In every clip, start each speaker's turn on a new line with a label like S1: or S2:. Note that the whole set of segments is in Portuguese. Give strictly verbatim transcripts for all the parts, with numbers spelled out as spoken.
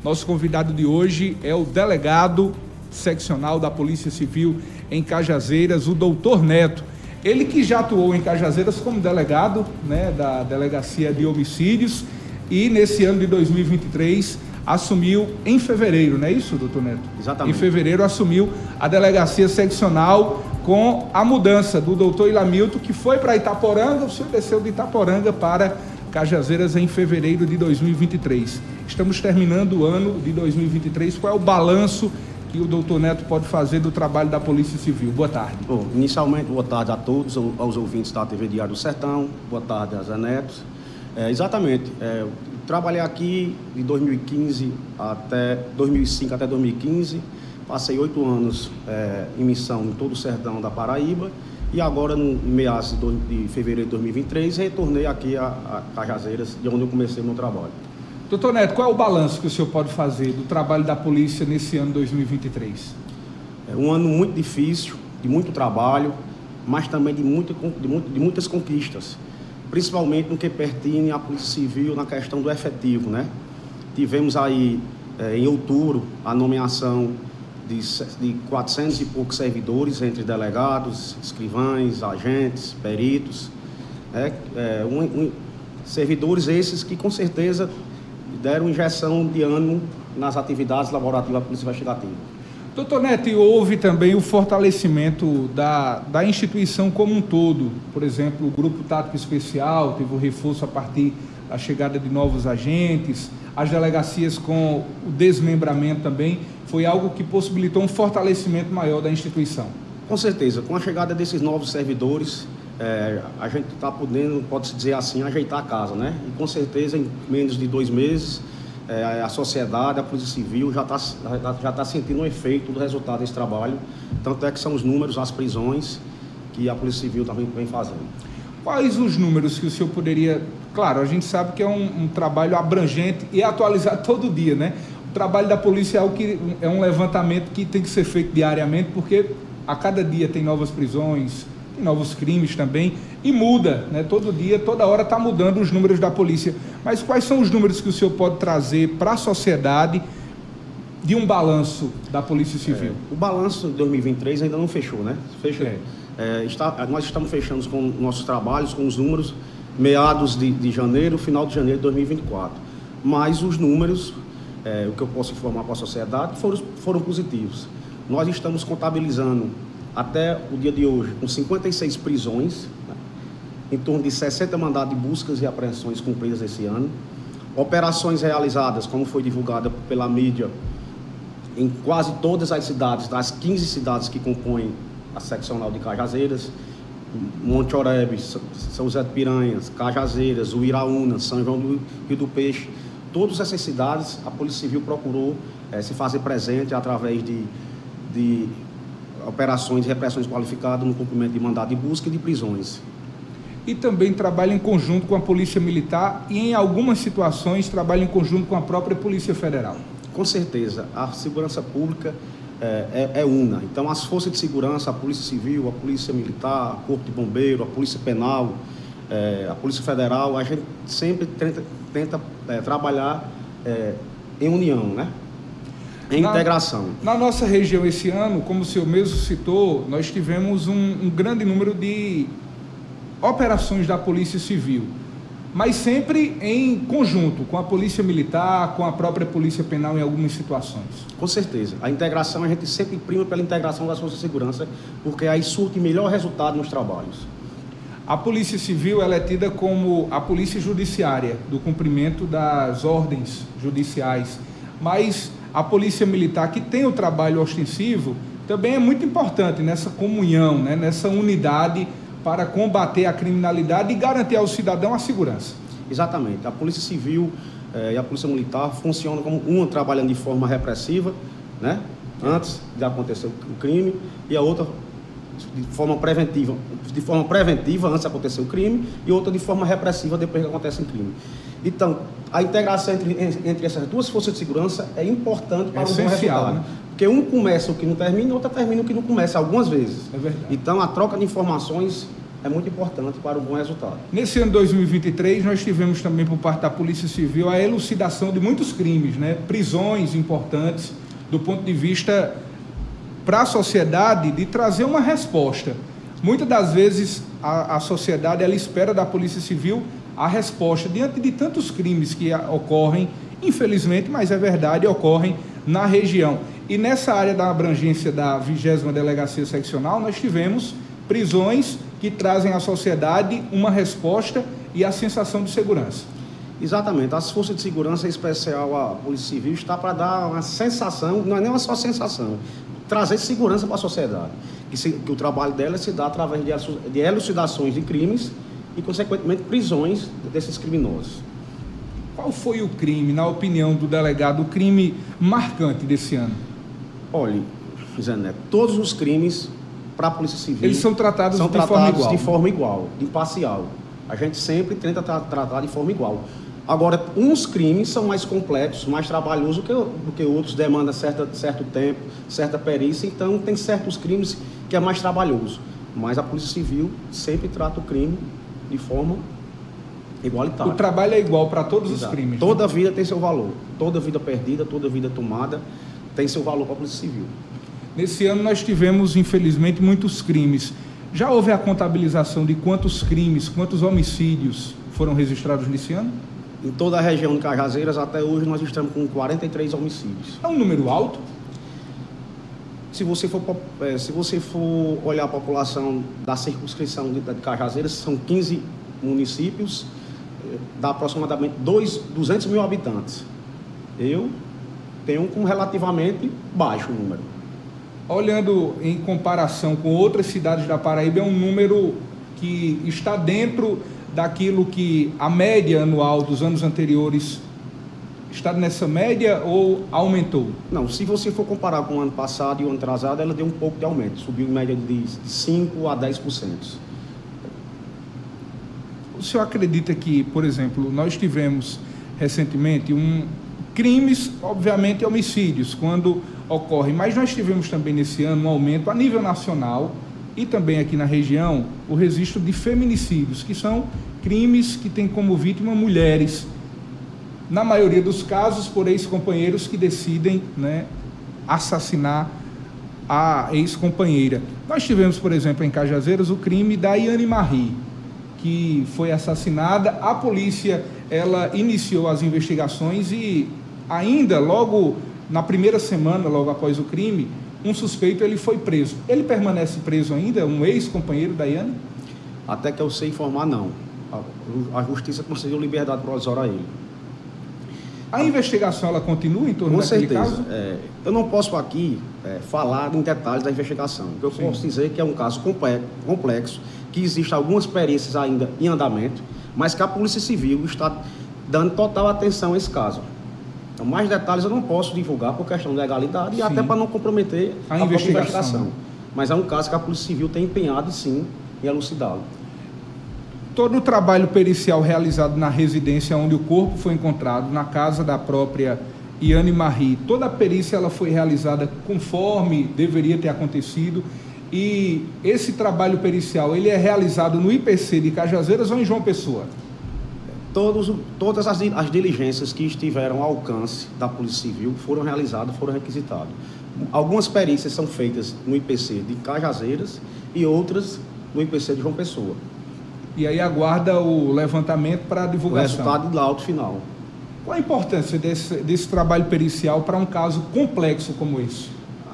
S1: Nosso convidado de hoje é o delegado seccional da Polícia Civil em Cajazeiras, o doutor Neto. Ele que já atuou em Cajazeiras como delegado, né, da Delegacia de Homicídios e nesse ano de dois mil e vinte e três assumiu em fevereiro, não é isso, doutor Neto?
S2: Exatamente.
S1: Em fevereiro assumiu a Delegacia Seccional com a mudança do doutor Ilamilton, que foi para Itaporanga. O senhor desceu de Itaporanga para Cajazeiras em fevereiro de dois mil e vinte e três. Estamos terminando o ano de dois mil e vinte e três. Qual é o balanço que o doutor Neto pode fazer do trabalho da Polícia Civil? Boa tarde.
S2: Bom, inicialmente, boa tarde a todos, aos ouvintes da T V Diário do Sertão. Boa tarde a Zé Neto. É, exatamente. É, trabalhei aqui de dois mil e quinze até dois mil e cinco até dois mil e quinze. Passei oito anos é, em missão em todo o sertão da Paraíba. E agora, no meados de fevereiro de dois mil e vinte e três, retornei aqui a, a Cajazeiras, de onde eu comecei o meu trabalho.
S1: Doutor Neto, qual é o balanço que o senhor pode fazer do trabalho da polícia nesse ano dois mil e vinte e três?
S2: É um ano muito difícil, de muito trabalho, mas também de, muito, de, muito, de muitas conquistas, principalmente no que pertine à Polícia Civil na questão do efetivo, né? Tivemos aí, é, em outubro, a nomeação de, de quatrocentos e poucos servidores, entre delegados, escrivães, agentes, peritos, né? É, um, um, servidores esses que, com certeza, deram injeção de ânimo nas atividades laborativas da Polícia Investigativa.
S1: Doutor Neto, e houve também o fortalecimento da, da instituição como um todo. Por exemplo, o Grupo Tático Especial teve o reforço a partir da chegada de novos agentes, as delegacias com o desmembramento também, foi algo que possibilitou um fortalecimento maior da instituição.
S2: Com certeza, com a chegada desses novos servidores, É, a gente está podendo, pode-se dizer assim, ajeitar a casa, né? E com certeza, em menos de dois meses, é, a sociedade, a Polícia Civil já está já tá sentindo o efeito do resultado desse trabalho. Tanto é que são os números, as prisões que a Polícia Civil também vem fazendo.
S1: Quais os números que o senhor poderia... Claro, a gente sabe que é um, um trabalho abrangente e atualizado todo dia, né? O trabalho da polícia é, algo que, é um levantamento que tem que ser feito diariamente, porque a cada dia tem novas prisões, tem novos crimes também, e muda, né? Todo dia, toda hora está mudando os números da polícia. Mas quais são os números que o senhor pode trazer para a sociedade de um balanço da Polícia Civil?
S2: É, o balanço de dois mil e vinte e três ainda não fechou, né? Fecha, é. É, está, nós estamos fechando com nossos trabalhos, com os números, meados de, de janeiro, final de janeiro de dois mil e vinte e quatro. Mas os números, é, o que eu posso informar para a sociedade, foram, foram positivos. Nós estamos contabilizando até o dia de hoje, com cinquenta e seis prisões, né? Em torno de sessenta mandados de buscas e apreensões cumpridas esse ano, operações realizadas, como foi divulgada pela mídia, em quase todas as cidades, das quinze cidades que compõem a seccional de Cajazeiras, Monte Oreb, São José de Piranhas, Cajazeiras, Uiraúna, São João do Rio do Peixe. Todas essas cidades, a Polícia Civil procurou é, se fazer presente através de... de operações de repressões qualificadas no cumprimento de mandado de busca e de prisões.
S1: E também trabalha em conjunto com a Polícia Militar e, em algumas situações, trabalha em conjunto com a própria Polícia Federal.
S2: Com certeza. A segurança pública é, é, é una. Então, as forças de segurança, a Polícia Civil, a Polícia Militar, o Corpo de Bombeiro, a Polícia Penal, é, a Polícia Federal, a gente sempre tenta, tenta é, trabalhar é, em união, né? Em
S1: na,
S2: integração.
S1: Na nossa região esse ano, como o senhor mesmo citou, nós tivemos um, um grande número de operações da Polícia Civil, mas sempre em conjunto com a Polícia Militar, com a própria Polícia Penal em algumas situações.
S2: Com certeza. A integração, a gente sempre prima pela integração das forças de segurança, porque aí surte melhor resultado nos trabalhos.
S1: A Polícia Civil ela é tida como a polícia judiciária, do cumprimento das ordens judiciais, mas a Polícia Militar, que tem o trabalho ostensivo, também é muito importante nessa comunhão, né, nessa unidade para combater a criminalidade e garantir ao cidadão a segurança.
S2: Exatamente. A Polícia Civil eh, e a Polícia Militar funcionam como uma trabalhando de forma repressiva, né, antes de acontecer o crime, e a outra de forma preventiva, de forma preventiva antes de acontecer o crime, e outra de forma repressiva depois que acontece o crime. Então, a integração entre, entre essas duas forças de segurança é importante para o bom resultado. Né? Porque um começa o que não termina, e outra termina o que não começa, algumas vezes.
S1: É verdade.
S2: Então, a troca de informações é muito importante para o bom resultado.
S1: Nesse ano de dois mil e vinte e três, nós tivemos também por parte da Polícia Civil a elucidação de muitos crimes, né? Prisões importantes do ponto de vista para a sociedade de trazer uma resposta. Muitas das vezes a, a sociedade ela espera da Polícia Civil a resposta diante de tantos crimes que a, ocorrem, infelizmente, mas é verdade, ocorrem na região. E nessa área da abrangência da vigésima Delegacia Seccional, nós tivemos prisões que trazem à sociedade uma resposta e a sensação de segurança.
S2: Exatamente. As forças de segurança, em especial a Polícia Civil, está para dar uma sensação, não é nem uma só sensação, trazer segurança para a sociedade. Que, se, que o trabalho dela se dá através de, de elucidações de crimes e, consequentemente, prisões desses criminosos.
S1: Qual foi o crime, na opinião do delegado, o crime marcante desse ano?
S2: Olha, Zé Neto, todos os crimes para a Polícia Civil...
S1: Eles são tratados,
S2: são
S1: de,
S2: tratados
S1: forma igual.
S2: de forma igual, imparcial. A gente sempre tenta tra tratar de forma igual. Agora, uns crimes são mais complexos, mais trabalhosos do que, do que outros, demandam certa, certo tempo, certa perícia, então tem certos crimes que é mais trabalhoso. Mas a Polícia Civil sempre trata o crime de forma igualitária.
S1: O trabalho é igual para todos Exato. Os crimes.
S2: Toda
S1: né?
S2: vida tem seu valor. Toda vida perdida, toda vida tomada tem seu valor para a Polícia Civil.
S1: Nesse ano nós tivemos, infelizmente, muitos crimes. Já houve a contabilização de quantos crimes, quantos homicídios foram registrados nesse ano?
S2: Em toda a região de Cajazeiras, até hoje, nós estamos com quarenta e três homicídios.
S1: É um número alto?
S2: Se você for, se você for olhar a população da circunscrição de Cajazeiras, são quinze municípios, dá aproximadamente duzentos mil habitantes. Eu tenho um relativamente baixo número.
S1: Olhando em comparação com outras cidades da Paraíba, é um número que está dentro daquilo que a média anual dos anos anteriores está nessa média ou aumentou?
S2: Não, se você for comparar com o ano passado e o ano atrasado, ela deu um pouco de aumento, subiu em média de cinco a dez por cento.
S1: O senhor acredita que, por exemplo, nós tivemos recentemente um, crimes, obviamente homicídios, quando ocorrem, mas nós tivemos também nesse ano um aumento a nível nacional e também aqui na região, o registro de feminicídios, que são crimes que têm como vítima mulheres, na maioria dos casos por ex-companheiros que decidem, né, assassinar a ex-companheira. Nós tivemos, por exemplo, em Cajazeiras, o crime da Yane Marie, que foi assassinada. A polícia ela iniciou as investigações e ainda logo na primeira semana, logo após o crime, um suspeito ele foi preso. Ele permanece preso ainda, um ex-companheiro da Yane?
S2: Até que eu sei informar, não. A, a justiça concedeu liberdade provisória a ele.
S1: A investigação ela continua em torno
S2: Com
S1: daquele
S2: certeza.
S1: caso?
S2: É, eu não posso aqui é, falar em detalhes da investigação. O que eu Sim. posso dizer é que é um caso complexo, que existem algumas perícias ainda em andamento, mas que a Polícia Civil está dando total atenção a esse caso. Então, mais detalhes eu não posso divulgar por questão de legalidade sim. e até para não comprometer
S1: a,
S2: a
S1: investigação.
S2: investigação. Mas é um caso que a Polícia Civil tem empenhado, sim, em elucidá-lo.
S1: Todo o trabalho pericial realizado na residência onde o corpo foi encontrado, na casa da própria Yane Marie, toda a perícia ela foi realizada conforme deveria ter acontecido. E esse trabalho pericial, ele é realizado no I P C de Cajazeiras ou em João Pessoa?
S2: Todos, todas as, as diligências que estiveram ao alcance da Polícia Civil foram realizadas, foram requisitadas. Algumas perícias são feitas no I P C de Cajazeiras e outras no I P C de João Pessoa.
S1: E aí aguarda o levantamento para a divulgação.
S2: O resultado do laudo final.
S1: Qual a importância desse, desse trabalho pericial para um caso complexo como esse?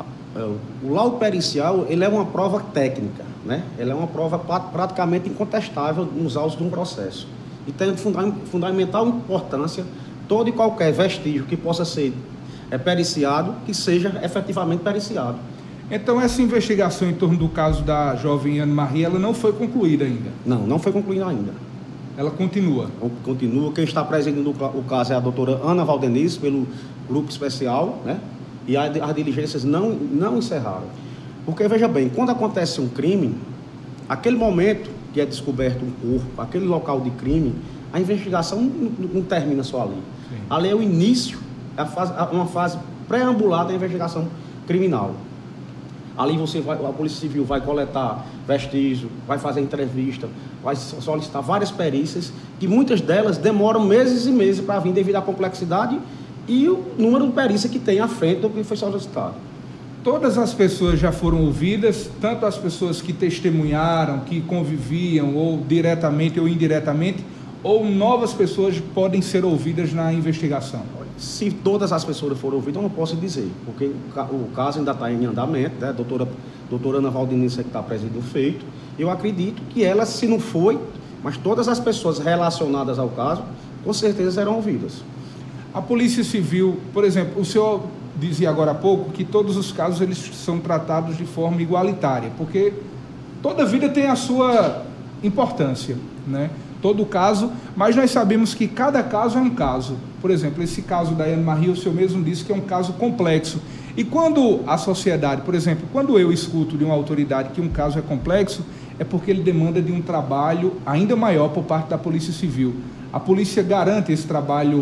S2: O laudo pericial, ele é uma prova técnica, né? Ele é uma prova praticamente incontestável nos autos de um processo. E tem fundamental importância todo e qualquer vestígio que possa ser é, periciado, que seja efetivamente periciado.
S1: Então essa investigação em torno do caso da jovem Yane Marie, ela não foi concluída ainda?
S2: Não, não foi concluída ainda.
S1: Ela continua?
S2: Continua. Quem está presidindo o caso é a doutora Ana Valdenice, pelo grupo especial, né? E as diligências não, não encerraram. Porque, veja bem, quando acontece um crime, aquele momento que é descoberto um corpo, aquele local de crime, a investigação não, não termina só ali. Sim. Ali é o início, é a fase, uma fase pré-ambular da investigação criminal. Ali você vai, a Polícia Civil vai coletar vestígio, vai fazer entrevista, vai solicitar várias perícias, que muitas delas demoram meses e meses para vir devido à complexidade e o número de perícia que tem à frente do que foi solicitado.
S1: Todas as pessoas já foram ouvidas, tanto as pessoas que testemunharam, que conviviam, ou diretamente ou indiretamente, ou novas pessoas podem ser ouvidas na investigação?
S2: Se todas as pessoas foram ouvidas, eu não posso dizer, porque o caso ainda está em andamento, né? A doutora, doutora Ana Valdenice que está presidindo o feito. Eu acredito que ela, se não foi, mas todas as pessoas relacionadas ao caso, com certeza serão ouvidas.
S1: A Polícia Civil, por exemplo, o senhor dizia agora há pouco que todos os casos eles são tratados de forma igualitária, porque toda vida tem a sua importância, né? Todo caso, mas nós sabemos que cada caso é um caso. Por exemplo, esse caso da Anne Marie, o senhor mesmo disse que é um caso complexo. E quando a sociedade, por exemplo, quando eu escuto de uma autoridade que um caso é complexo, é porque ele demanda de um trabalho ainda maior por parte da Polícia Civil. A polícia garante esse trabalho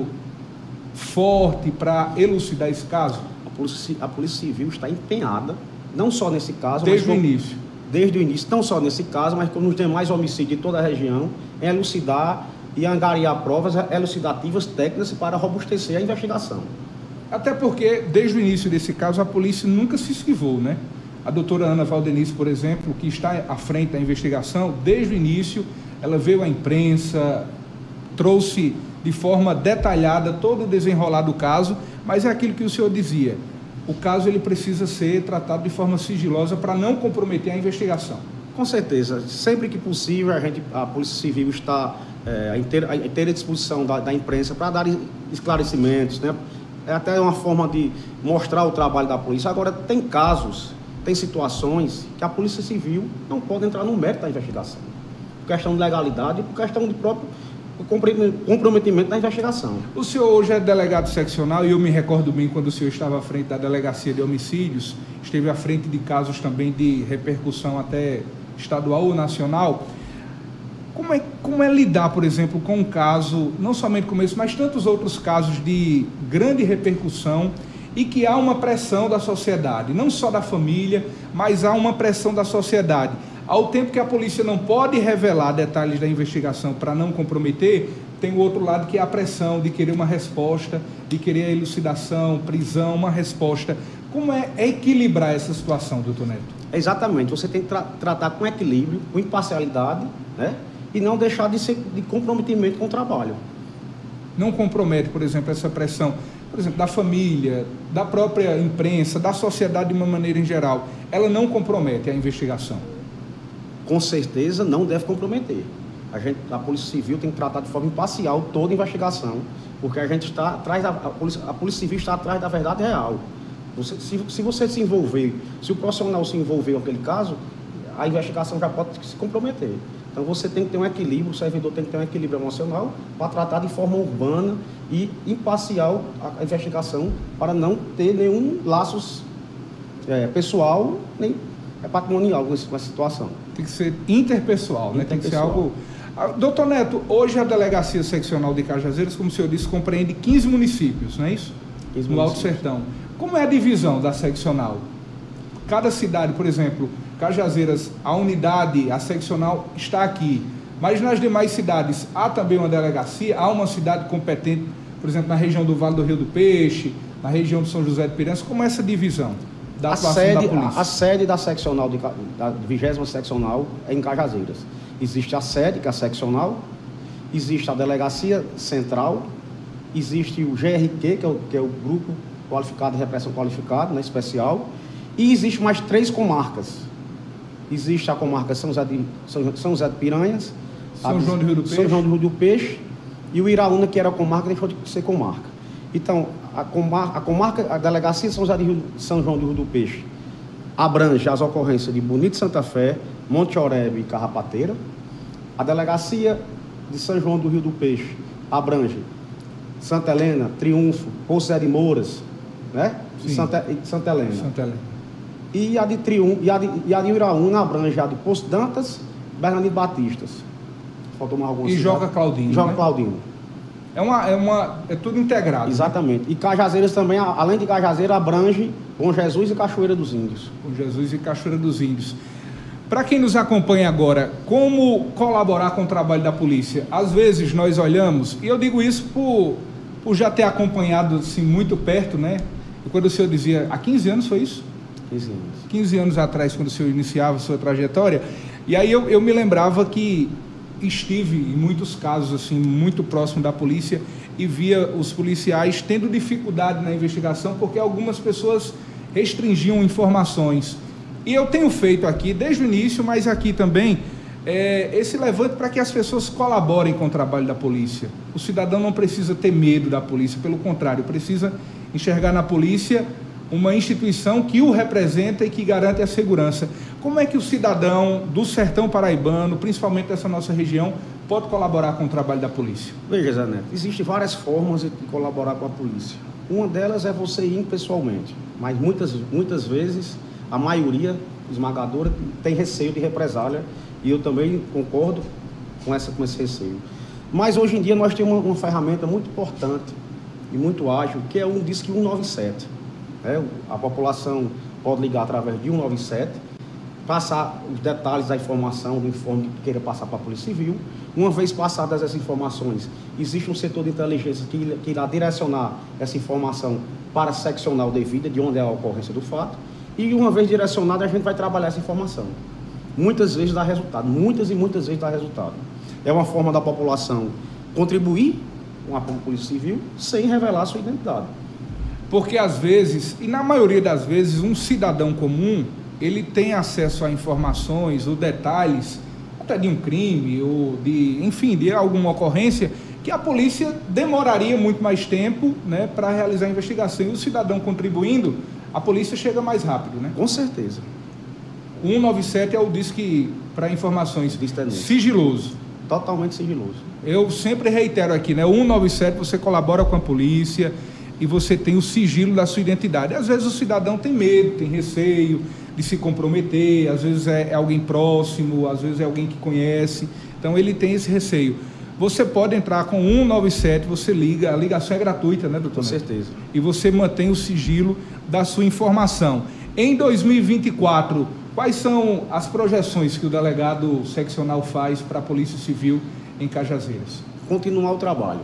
S1: forte para elucidar esse caso?
S2: A Polícia, a Polícia Civil está empenhada, não só nesse caso,
S1: desde
S2: mas
S1: o início.
S2: Desde o início, não só nesse caso, mas como nos demais homicídios de toda a região, é elucidar e angariar provas elucidativas técnicas para robustecer a investigação.
S1: Até porque, desde o início desse caso, a polícia nunca se esquivou, né? A doutora Ana Valdenice, por exemplo, que está à frente da investigação, desde o início, ela veio à imprensa, trouxe de forma detalhada todo o desenrolar do caso, mas é aquilo que o senhor dizia, o caso ele precisa ser tratado de forma sigilosa para não comprometer a investigação.
S2: Com certeza, sempre que possível a, gente, a Polícia Civil está é, à inteira, à inteira disposição da, da imprensa para dar esclarecimentos, né? É até uma forma de mostrar o trabalho da polícia. Agora, tem casos, tem situações que a Polícia Civil não pode entrar no mérito da investigação, por questão de legalidade e por questão de próprio comprometimento da investigação.
S1: O senhor hoje é delegado seccional e eu me recordo bem quando o senhor estava à frente da Delegacia de Homicídios, esteve à frente de casos também de repercussão até estadual ou nacional. Como é, como é lidar, por exemplo, com um caso, não somente como esse, mas tantos outros casos de grande repercussão e que há uma pressão da sociedade, não só da família, mas há uma pressão da sociedade. Ao tempo que a polícia não pode revelar detalhes da investigação para não comprometer, tem o outro lado que é a pressão de querer uma resposta, de querer a elucidação, prisão, uma resposta. Como é equilibrar essa situação, doutor Neto?
S2: Exatamente, você tem que tra tratar com equilíbrio, com imparcialidade, né? E não deixar de ser de comprometimento com o trabalho.
S1: Não compromete, por exemplo, essa pressão, por exemplo, da família, da própria imprensa, da sociedade de uma maneira em geral, ela não compromete a investigação?
S2: Com certeza não deve comprometer. A, gente, a Polícia Civil tem que tratar de forma imparcial toda a investigação, porque a gente está atrás da, a, Polícia, a Polícia Civil está atrás da verdade real. Você, se, se você se envolver, se o profissional se envolver com aquele caso, a investigação já pode se comprometer. Então você tem que ter um equilíbrio, o servidor tem que ter um equilíbrio emocional para tratar de forma urbana e imparcial a investigação, para não ter nenhum laços é, pessoal nem é patrimonial com essa situação.
S1: Tem que ser interpessoal, né? Tem que ser algo... Doutor Neto, hoje a Delegacia Seccional de Cajazeiras, como o senhor disse, compreende quinze municípios, não é isso?
S2: quinze
S1: no Alto Sertão. Como é a divisão da seccional? Cada cidade, por exemplo, Cajazeiras, a unidade, a seccional está aqui, mas nas demais cidades há também uma delegacia, há uma cidade competente, por exemplo, na região do Vale do Rio do Peixe, na região de São José de Piranhas. Como é essa divisão da
S2: atuação da polícia? A, a sede da seccional, de, da vigésima seccional é em Cajazeiras. Existe a sede, que é a seccional, existe a delegacia central, existe o G R Q, que é o, que é o Grupo Qualificado de Repressão Qualificada, né, especial, e existe mais três comarcas. Existe a comarca São José de, São, São José de Piranhas,
S1: São João do Rio do Peixe,
S2: São João do Rio do Peixe e o Iraúna, que era a comarca, deixou de ser comarca. Então, a comarca, a, comarca, a delegacia São, José de Rio, São João do Rio do Peixe abrange as ocorrências de Bonito Santa Fé, Monte Oreb e Carrapateira. A delegacia de São João do Rio do Peixe abrange Santa Helena, Triunfo, Poço Zé de Mouras, né? E Santa, e Santa Helena.
S1: Santa Helena.
S2: E a de Triunfo, e a de, e a de Iraúna abrange a de Poço Dantas, Bernardino Batistas. Faltou mais alguma
S1: E
S2: cidade?
S1: Joca Claudino.
S2: Joca
S1: né?
S2: Claudino.
S1: É, uma, é, uma, é tudo integrado.
S2: Exatamente. E Cajazeiras também, além de Cajazeira, abrange Bom Jesus e Cachoeira dos Índios.
S1: Bom Jesus e Cachoeira dos Índios. Para quem nos acompanha agora, como colaborar com o trabalho da polícia? Às vezes nós olhamos, e eu digo isso por, por já ter acompanhado assim, muito perto, né? E quando o senhor dizia, há quinze anos foi isso?
S2: quinze anos.
S1: quinze anos atrás, quando o senhor iniciava a sua trajetória, e aí eu, eu me lembrava que estive em muitos casos assim, muito próximo da polícia e via os policiais tendo dificuldade na investigação porque algumas pessoas restringiam informações. E eu tenho feito aqui, desde o início, mas aqui também, é, esse levante para que as pessoas colaborem com o trabalho da polícia. O cidadão não precisa ter medo da polícia, pelo contrário, precisa enxergar na polícia uma instituição que o representa e que garante a segurança. Como é que o cidadão do sertão paraibano, principalmente dessa nossa região, pode colaborar com o trabalho da polícia?
S2: Veja, Zé Neto, existem várias formas de colaborar com a polícia. Uma delas é você ir pessoalmente, mas muitas, muitas vezes a maioria esmagadora tem receio de represália e eu também concordo com, essa, com esse receio. Mas hoje em dia nós temos uma, uma ferramenta muito importante e muito ágil, que é o Disque cento e noventa e sete. É, a população pode ligar através de cento e noventa e sete, passar os detalhes da informação, do informe que queira passar para a Polícia Civil. Uma vez passadas essas informações, existe um setor de inteligência que, que irá direcionar essa informação para a seccional devida, de onde é a ocorrência do fato. E uma vez direcionada, a gente vai trabalhar essa informação. Muitas vezes dá resultado, muitas e muitas vezes dá resultado. É uma forma da população contribuir com a Polícia Civil sem revelar a sua identidade.
S1: Porque às vezes, e na maioria das vezes, um cidadão comum, ele tem acesso a informações ou detalhes, até de um crime, ou de, enfim, de alguma ocorrência, que a polícia demoraria muito mais tempo, né, para realizar a investigação. E o cidadão contribuindo, a polícia chega mais rápido, né?
S2: Com certeza.
S1: O cento e noventa e sete é o disque para informações sigiloso.
S2: Totalmente sigiloso.
S1: Eu sempre reitero aqui, né? O cento e noventa e sete você colabora com a polícia e você tem o sigilo da sua identidade. Às vezes o cidadão tem medo, tem receio de se comprometer, às vezes é, é alguém próximo, às vezes é alguém que conhece, então ele tem esse receio. Você pode entrar com o cento e noventa e sete, você liga, a ligação é gratuita, né, doutor?
S2: Com certeza.
S1: E você mantém o sigilo da sua informação. Em dois mil e vinte e quatro, quais são as projeções que o delegado seccional faz para a Polícia Civil em Cajazeiras?
S2: Continuar o trabalho.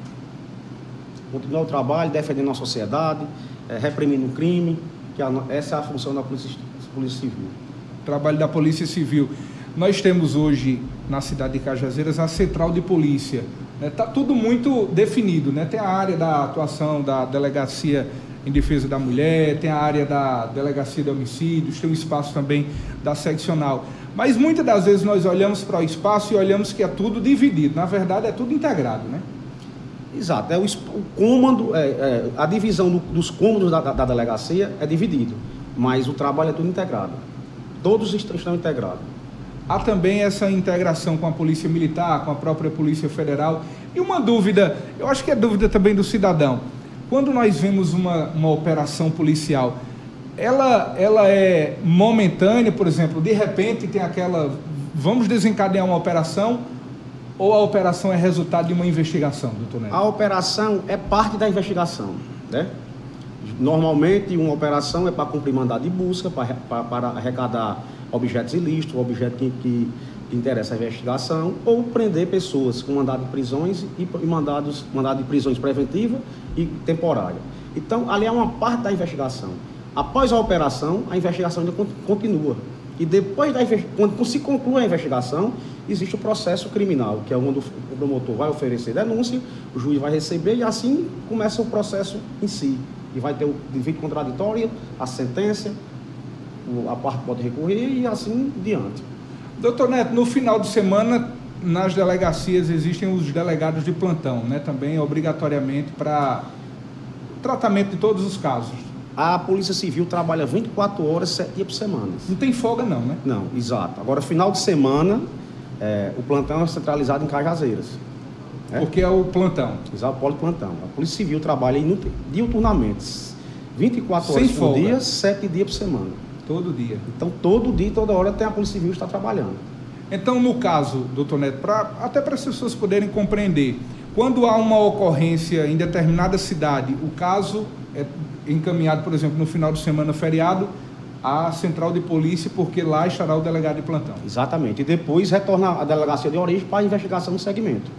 S2: Continuar o trabalho, defendendo a sociedade, é, reprimindo o crime, que a, essa é a função da Polícia, Polícia Civil.
S1: Trabalho da Polícia Civil. Nós temos hoje, na cidade de Cajazeiras, a Central de Polícia. Está, né? Tudo muito definido, né? Tem a área da atuação da Delegacia em Defesa da Mulher, tem a área da Delegacia de Homicídios, tem o espaço também da seccional. Mas muitas das vezes nós olhamos para o espaço e olhamos que é tudo dividido. Na verdade, é tudo integrado, né?
S2: Exato. É o, o cômodo, é, é, a divisão do, dos cômodos da, da, da delegacia é dividido, mas o trabalho é tudo integrado. Todos estão integrados.
S1: Há também essa integração com a Polícia Militar, com a própria Polícia Federal. E uma dúvida, eu acho que é dúvida também do cidadão. Quando nós vemos uma, uma operação policial, ela, ela é momentânea, por exemplo, de repente tem aquela, vamos desencadear uma operação, ou a operação é resultado de uma investigação, doutor Neto?
S2: A operação é parte da investigação, né? Normalmente, uma operação é para cumprir mandado de busca, para, para, para arrecadar objetos ilícitos, objetos que, que interessa a investigação, ou prender pessoas com mandado de prisões e, e mandados, mandado de prisões preventiva e temporária. Então, ali é uma parte da investigação. Após a operação, a investigação ainda continua. E depois da quando se conclui a investigação, existe o processo criminal, que é onde o promotor vai oferecer denúncia, o juiz vai receber e assim começa o processo em si. E vai ter o devido contraditório, a sentença, a parte pode recorrer e assim diante.
S1: Doutor Neto, no final de semana, nas delegacias existem os delegados de plantão, né? Também obrigatoriamente para tratamento de todos os casos.
S2: A Polícia Civil trabalha vinte e quatro horas, sete dias por semana.
S1: Não tem folga não, né?
S2: Não, exato. Agora, final de semana, é, o plantão é centralizado em Cajazeiras.
S1: É? Porque é o plantão.
S2: Exato, o polo plantão. A Polícia Civil trabalha diuturnamente, vinte e quatro horas por dia, sete dias por semana.
S1: Todo dia.
S2: Então, todo dia, toda hora, tem a Polícia Civil que está trabalhando.
S1: Então, no caso, doutor Neto, pra, até para as pessoas poderem compreender, Quando há uma ocorrência em determinada cidade, o caso é encaminhado, por exemplo, no final de semana feriado, à central de polícia, porque lá estará o delegado de plantão.
S2: Exatamente. E depois retorna à delegacia de origem para a investigação do segmento.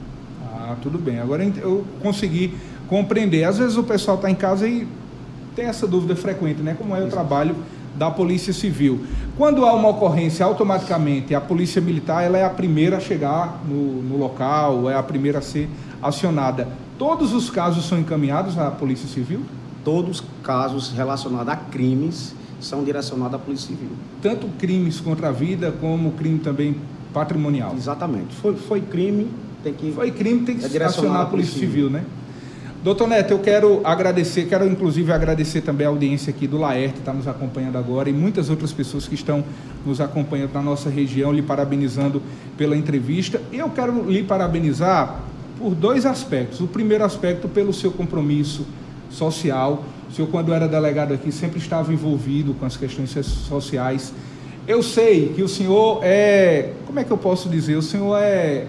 S1: Ah, tudo bem. Agora eu consegui compreender. Às vezes o pessoal está em casa e tem essa dúvida frequente, né? Como é o trabalho da Polícia Civil. Quando há uma ocorrência, automaticamente a Polícia Militar ela é a primeira a chegar no, no local, é a primeira a ser acionada. Todos os casos são encaminhados à Polícia Civil?
S2: Todos os casos relacionados a crimes são direcionados à Polícia Civil.
S1: Tanto crimes contra a vida como crime também patrimonial?
S2: Exatamente. Foi, foi crime, tem que...
S1: Foi crime, tem que
S2: é
S1: acionar a Polícia Civil, Civil, né? Doutor Neto, eu quero agradecer, quero inclusive agradecer também a audiência aqui do Laerte, que está nos acompanhando agora, e muitas outras pessoas que estão nos acompanhando na nossa região, lhe parabenizando pela entrevista. E eu quero lhe parabenizar por dois aspectos. O primeiro aspecto, pelo seu compromisso social. O senhor, quando era delegado aqui, sempre estava envolvido com as questões sociais. Eu sei que o senhor é, como é que eu posso dizer, o senhor é...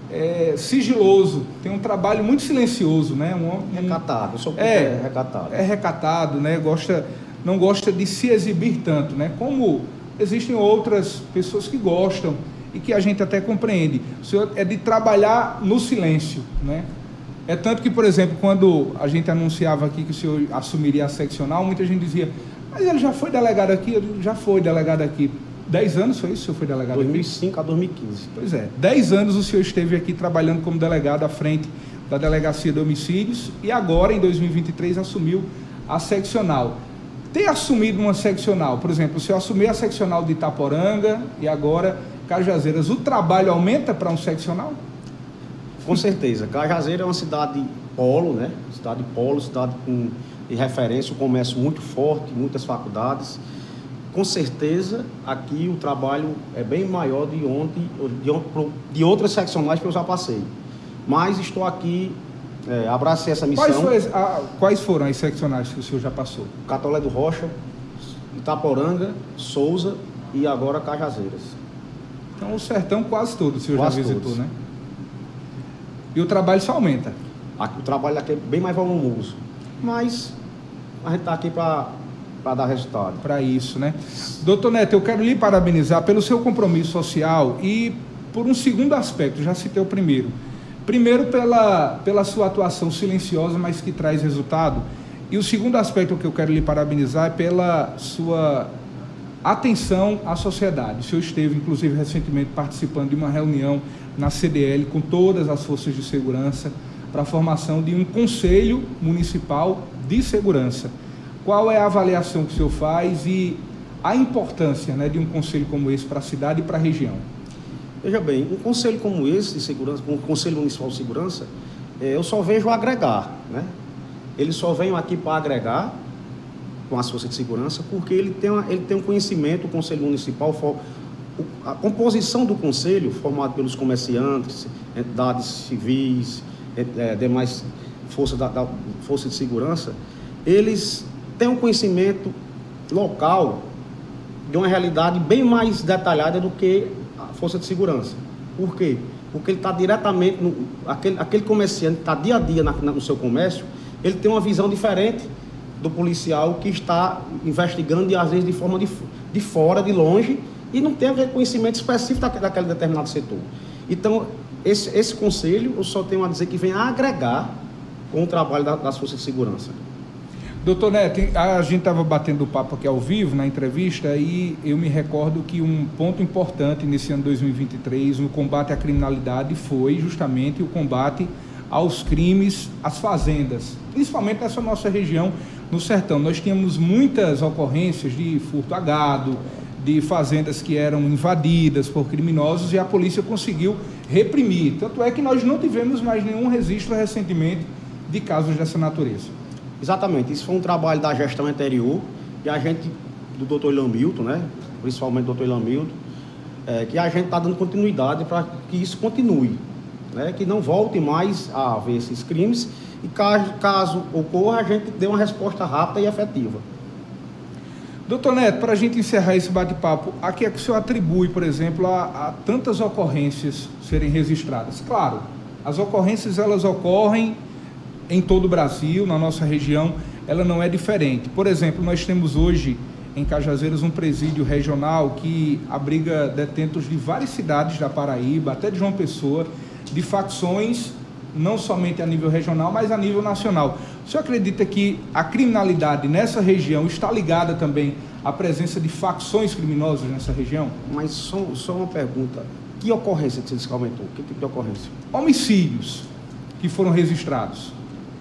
S1: É sigiloso, tem um trabalho muito silencioso, né? Um, um,
S2: recatado, eu sou
S1: é,
S2: é recatado.
S1: É recatado, né? Gosta, não gosta de se exibir tanto, né? Como existem outras pessoas que gostam e que a gente até compreende. O senhor é de trabalhar no silêncio, né? É tanto que, por exemplo, quando a gente anunciava aqui que o senhor assumiria a seccional, muita gente dizia, mas ele já foi delegado aqui? Ele já foi delegado aqui. Dez anos foi isso, o senhor foi delegado
S2: aqui? dois mil e cinco a dois mil e quinze.
S1: Pois é, dez anos o senhor esteve aqui trabalhando como delegado à frente da Delegacia de Homicídios e agora, em dois mil e vinte e três, assumiu a seccional. Ter assumido uma seccional, por exemplo, o senhor assumiu a seccional de Itaporanga e agora Cajazeiras, o trabalho aumenta para um seccional?
S2: Com certeza. Cajazeira é uma cidade polo, né? Cidade polo, cidade com de referência, um comércio muito forte, muitas faculdades. Com certeza, aqui o trabalho é bem maior de ontem, de, de outras seccionais que eu já passei. Mas estou aqui, é, abracei essa missão.
S1: Quais, foi, a, quais foram as seccionais que o senhor já passou?
S2: Catolé do Rocha, Itaporanga, Souza e agora Cajazeiras.
S1: Então o sertão quase todo o senhor
S2: quase
S1: já visitou,
S2: todos.
S1: Né? E o trabalho só aumenta?
S2: Aqui, o trabalho aqui é bem mais volumoso. Mas a gente está aqui para... para dar resultado.
S1: Para isso, né? Doutor Neto, eu quero lhe parabenizar pelo seu compromisso social e por um segundo aspecto, já citei o primeiro. Primeiro, pela, pela sua atuação silenciosa, mas que traz resultado. E o segundo aspecto que eu quero lhe parabenizar é pela sua atenção à sociedade. O senhor esteve, inclusive, recentemente participando de uma reunião na C D L com todas as forças de segurança para a formação de um conselho municipal de segurança. Qual é a avaliação que o senhor faz e a importância, né, de um conselho como esse para a cidade e para a região?
S2: Veja bem, um conselho como esse de segurança, um conselho municipal de segurança, é, eu só vejo agregar, né? Ele só vem aqui para agregar com as forças de segurança, porque ele tem, uma, ele tem um conhecimento, o conselho municipal, a composição do conselho, formado pelos comerciantes, entidades civis, é, demais forças da, da força de segurança, eles tem um conhecimento local de uma realidade bem mais detalhada do que a força de segurança. Por quê? Porque ele está diretamente, no, aquele, aquele comerciante que está dia a dia na, na, no seu comércio, ele tem uma visão diferente do policial que está investigando e às vezes de forma de, de fora, de longe, e não tem aquele conhecimento específico daquele, daquele determinado setor. Então, esse, esse conselho, eu só tenho a dizer que vem a agregar com o trabalho da, das forças de segurança.
S1: Doutor Neto, a gente estava batendo papo aqui ao vivo na entrevista e eu me recordo que um ponto importante nesse ano dois mil e vinte e três no combate à criminalidade foi justamente o combate aos crimes, às fazendas, principalmente nessa nossa região, no sertão. Nós tínhamos muitas ocorrências de furto a gado, de fazendas que eram invadidas por criminosos e a polícia conseguiu reprimir. Tanto é que nós não tivemos mais nenhum registro recentemente de casos dessa natureza.
S2: Exatamente, isso foi um trabalho da gestão anterior e a gente, do doutor Ilan Milton, né, principalmente do doutor Ilan Milton, é, que a gente está dando continuidade para que isso continue, né, que não volte mais a haver esses crimes e caso, caso ocorra, a gente dê uma resposta rápida e efetiva.
S1: Doutor Neto, para a gente encerrar esse bate-papo, a que é que o senhor atribui, por exemplo, a, a tantas ocorrências serem registradas? Claro, As ocorrências, elas ocorrem em todo o Brasil, na nossa região, ela não é diferente. Por exemplo, nós temos hoje em Cajazeiras um presídio regional que abriga detentos de várias cidades da Paraíba, até de João Pessoa, de facções, não somente a nível regional, mas a nível nacional. O senhor acredita que a criminalidade nessa região está ligada também à presença de facções criminosas nessa região?
S2: Mas só, só uma pergunta, que ocorrência que você disse que aumentou? Que tipo de ocorrência?
S1: Homicídios que foram registrados.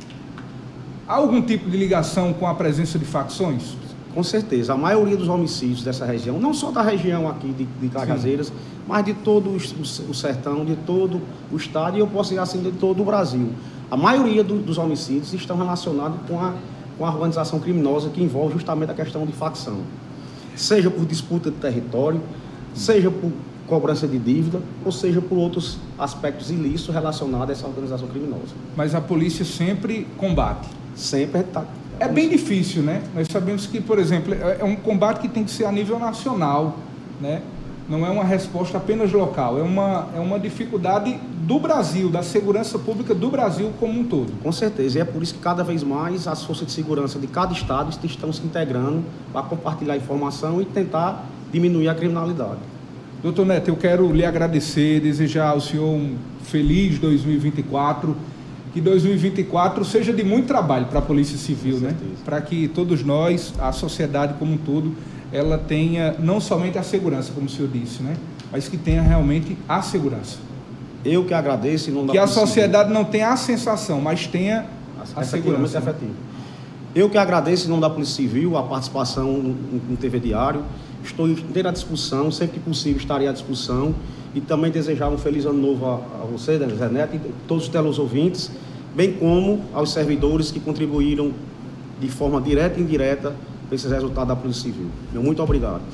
S1: Há algum tipo de ligação com a presença de facções?
S2: Com certeza, a maioria dos homicídios dessa região, não só da região aqui de, de Cajazeiras, sim, mas de todo o, o sertão, de todo o estado, e eu posso dizer assim, de todo o Brasil. A maioria do, dos homicídios estão relacionados com a, com a organização criminosa que envolve justamente a questão de facção. Seja por disputa de território, seja por cobrança de dívida, ou seja por outros aspectos ilícitos relacionados a essa organização criminosa.
S1: Mas a polícia sempre combate?
S2: Sempre está...
S1: É bem difícil, né? Nós sabemos que, por exemplo, é um combate que tem que ser a nível nacional, né? Não é uma resposta apenas local, é uma, é uma dificuldade do Brasil, da segurança pública do Brasil como um todo.
S2: Com certeza, e é por isso que cada vez mais as forças de segurança de cada estado estão se integrando para compartilhar informação e tentar diminuir a criminalidade.
S1: Doutor Neto, eu quero lhe agradecer, desejar ao senhor um feliz dois mil e vinte e quatro, que dois mil e vinte e quatro seja de muito trabalho para a Polícia Civil, né? Para que todos nós, a sociedade como um todo, ela tenha não somente a segurança, como o senhor disse, né? Mas que tenha realmente a segurança.
S2: Eu que agradeço. Não
S1: que a sociedade não tenha a sensação, mas tenha a segurança.
S2: Efetivo. Eu que agradeço, em nome da Polícia Civil, a participação no, no T V Diário. Estou inteira à disposição, sempre que possível estarei à disposição. E também desejar um feliz ano novo a, a você, Zé Neto, e todos os teleouvintes, bem como aos servidores que contribuíram de forma direta e indireta para esses resultados da Polícia Civil. Meu muito obrigado.